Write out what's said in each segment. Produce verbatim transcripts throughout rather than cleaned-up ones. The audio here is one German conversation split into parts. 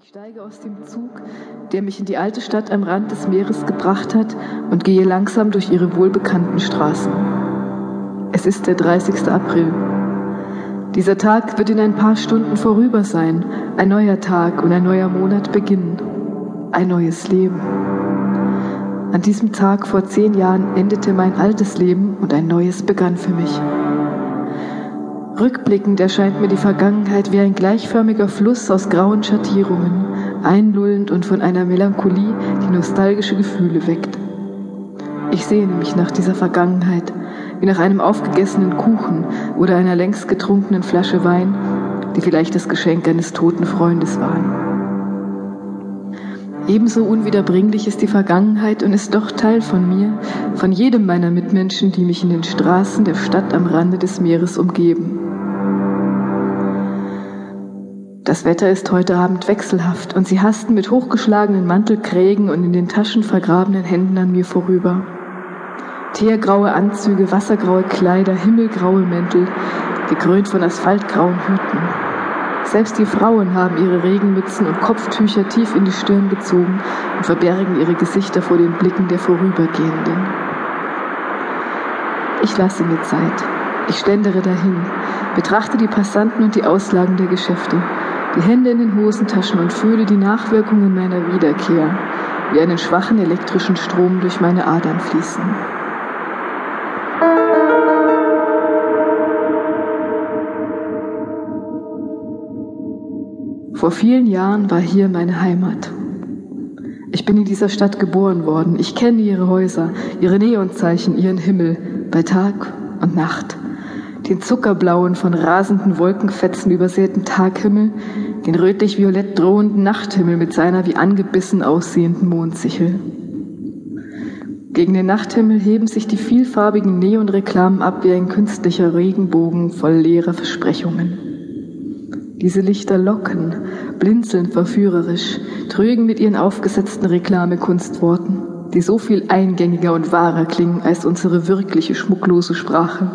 Ich steige aus dem Zug, der mich in die alte Stadt am Rand des Meeres gebracht hat, und gehe langsam durch ihre wohlbekannten Straßen. Es ist der dreißigste April. Dieser Tag wird in ein paar Stunden vorüber sein. Ein neuer Tag und ein neuer Monat beginnen. Ein neues Leben. An diesem Tag vor zehn Jahren endete mein altes Leben und ein neues begann für mich. Rückblickend erscheint mir die Vergangenheit wie ein gleichförmiger Fluss aus grauen Schattierungen, einlullend und von einer Melancholie, die nostalgische Gefühle weckt. Ich sehne mich nach dieser Vergangenheit, wie nach einem aufgegessenen Kuchen oder einer längst getrunkenen Flasche Wein, die vielleicht das Geschenk eines toten Freundes waren. Ebenso unwiederbringlich ist die Vergangenheit und ist doch Teil von mir, von jedem meiner Mitmenschen, die mich in den Straßen der Stadt am Rande des Meeres umgeben. Das Wetter ist heute Abend wechselhaft und sie hasten mit hochgeschlagenen Mantelkrägen und in den Taschen vergrabenen Händen an mir vorüber. Teergraue Anzüge, wassergraue Kleider, himmelgraue Mäntel, gekrönt von asphaltgrauen Hüten. Selbst die Frauen haben ihre Regenmützen und Kopftücher tief in die Stirn gezogen und verbergen ihre Gesichter vor den Blicken der Vorübergehenden. Ich lasse mir Zeit. Ich schlendere dahin, betrachte die Passanten und die Auslagen der Geschäfte, die Hände in den Hosentaschen und fühle die Nachwirkungen meiner Wiederkehr, wie einen schwachen elektrischen Strom durch meine Adern fließen. Vor vielen Jahren war hier meine Heimat. Ich bin in dieser Stadt geboren worden. Ich kenne ihre Häuser, ihre Neonzeichen, ihren Himmel, bei Tag und Nacht. Den zuckerblauen, von rasenden Wolkenfetzen übersäten Taghimmel, den rötlich-violett drohenden Nachthimmel mit seiner wie angebissen aussehenden Mondsichel. Gegen den Nachthimmel heben sich die vielfarbigen Neonreklamen ab wie ein künstlicher Regenbogen voll leerer Versprechungen. Diese Lichter locken, blinzeln verführerisch, trügen mit ihren aufgesetzten Reklamekunstworten, die so viel eingängiger und wahrer klingen als unsere wirkliche schmucklose Sprache.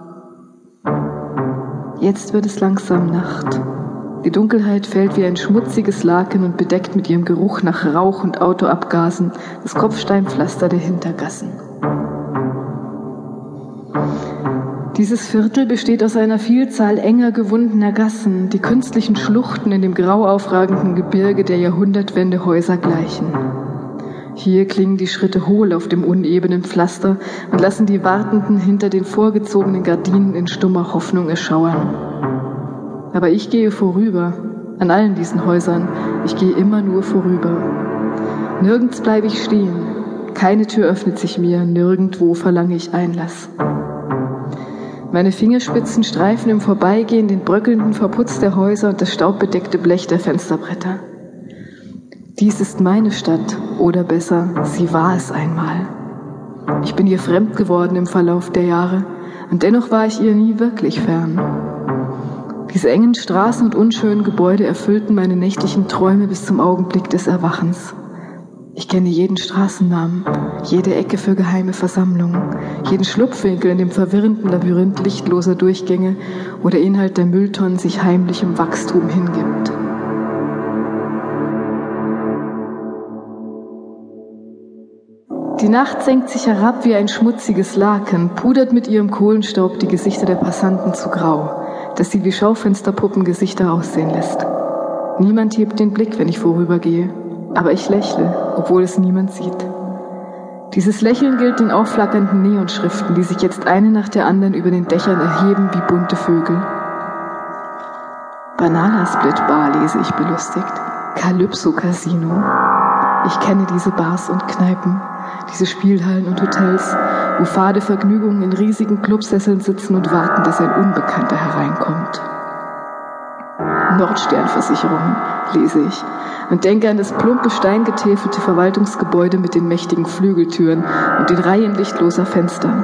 Jetzt wird es langsam Nacht. Die Dunkelheit fällt wie ein schmutziges Laken und bedeckt mit ihrem Geruch nach Rauch und Autoabgasen das Kopfsteinpflaster der Hintergassen. Dieses Viertel besteht aus einer Vielzahl enger gewundener Gassen, die künstlichen Schluchten in dem grau aufragenden Gebirge der Jahrhundertwende-Häuser gleichen. Hier klingen die Schritte hohl auf dem unebenen Pflaster und lassen die Wartenden hinter den vorgezogenen Gardinen in stummer Hoffnung erschauern. Aber ich gehe vorüber, an allen diesen Häusern, ich gehe immer nur vorüber. Nirgends bleibe ich stehen, keine Tür öffnet sich mir, nirgendwo verlange ich Einlass. Meine Fingerspitzen streifen im Vorbeigehen den bröckelnden Verputz der Häuser und das staubbedeckte Blech der Fensterbretter. Dies ist meine Stadt, oder besser, sie war es einmal. Ich bin ihr fremd geworden im Verlauf der Jahre, und dennoch war ich ihr nie wirklich fern. Diese engen Straßen und unschönen Gebäude erfüllten meine nächtlichen Träume bis zum Augenblick des Erwachens. Ich kenne jeden Straßennamen, jede Ecke für geheime Versammlungen, jeden Schlupfwinkel in dem verwirrenden Labyrinth lichtloser Durchgänge, wo der Inhalt der Mülltonnen sich heimlichem Wachstum hingibt. Die Nacht senkt sich herab wie ein schmutziges Laken, pudert mit ihrem Kohlenstaub die Gesichter der Passanten zu grau, dass sie wie Schaufensterpuppengesichter aussehen lässt. Niemand hebt den Blick, wenn ich vorübergehe, aber ich lächle, obwohl es niemand sieht. Dieses Lächeln gilt den aufflackernden Neonschriften, die sich jetzt eine nach der anderen über den Dächern erheben wie bunte Vögel. Banana Split Bar lese ich belustigt. Calypso Casino. Ich kenne diese Bars und Kneipen, diese Spielhallen und Hotels, wo fade Vergnügungen in riesigen Clubsesseln sitzen und warten, dass ein Unbekannter hereinkommt. Nordsternversicherungen lese ich und denke an das plumpe, steingetäfelte Verwaltungsgebäude mit den mächtigen Flügeltüren und den Reihen lichtloser Fenster.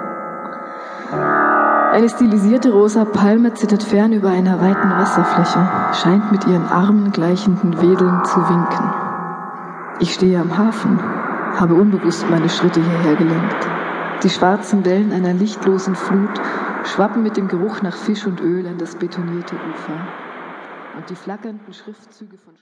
Eine stilisierte rosa Palme zittert fern über einer weiten Wasserfläche, scheint mit ihren Armen gleichenden Wedeln zu winken. Ich stehe am Hafen, habe unbewusst meine Schritte hierher gelenkt. Die schwarzen Wellen einer lichtlosen Flut schwappen mit dem Geruch nach Fisch und Öl an das betonierte Ufer. Und die flackernden Schriftzüge von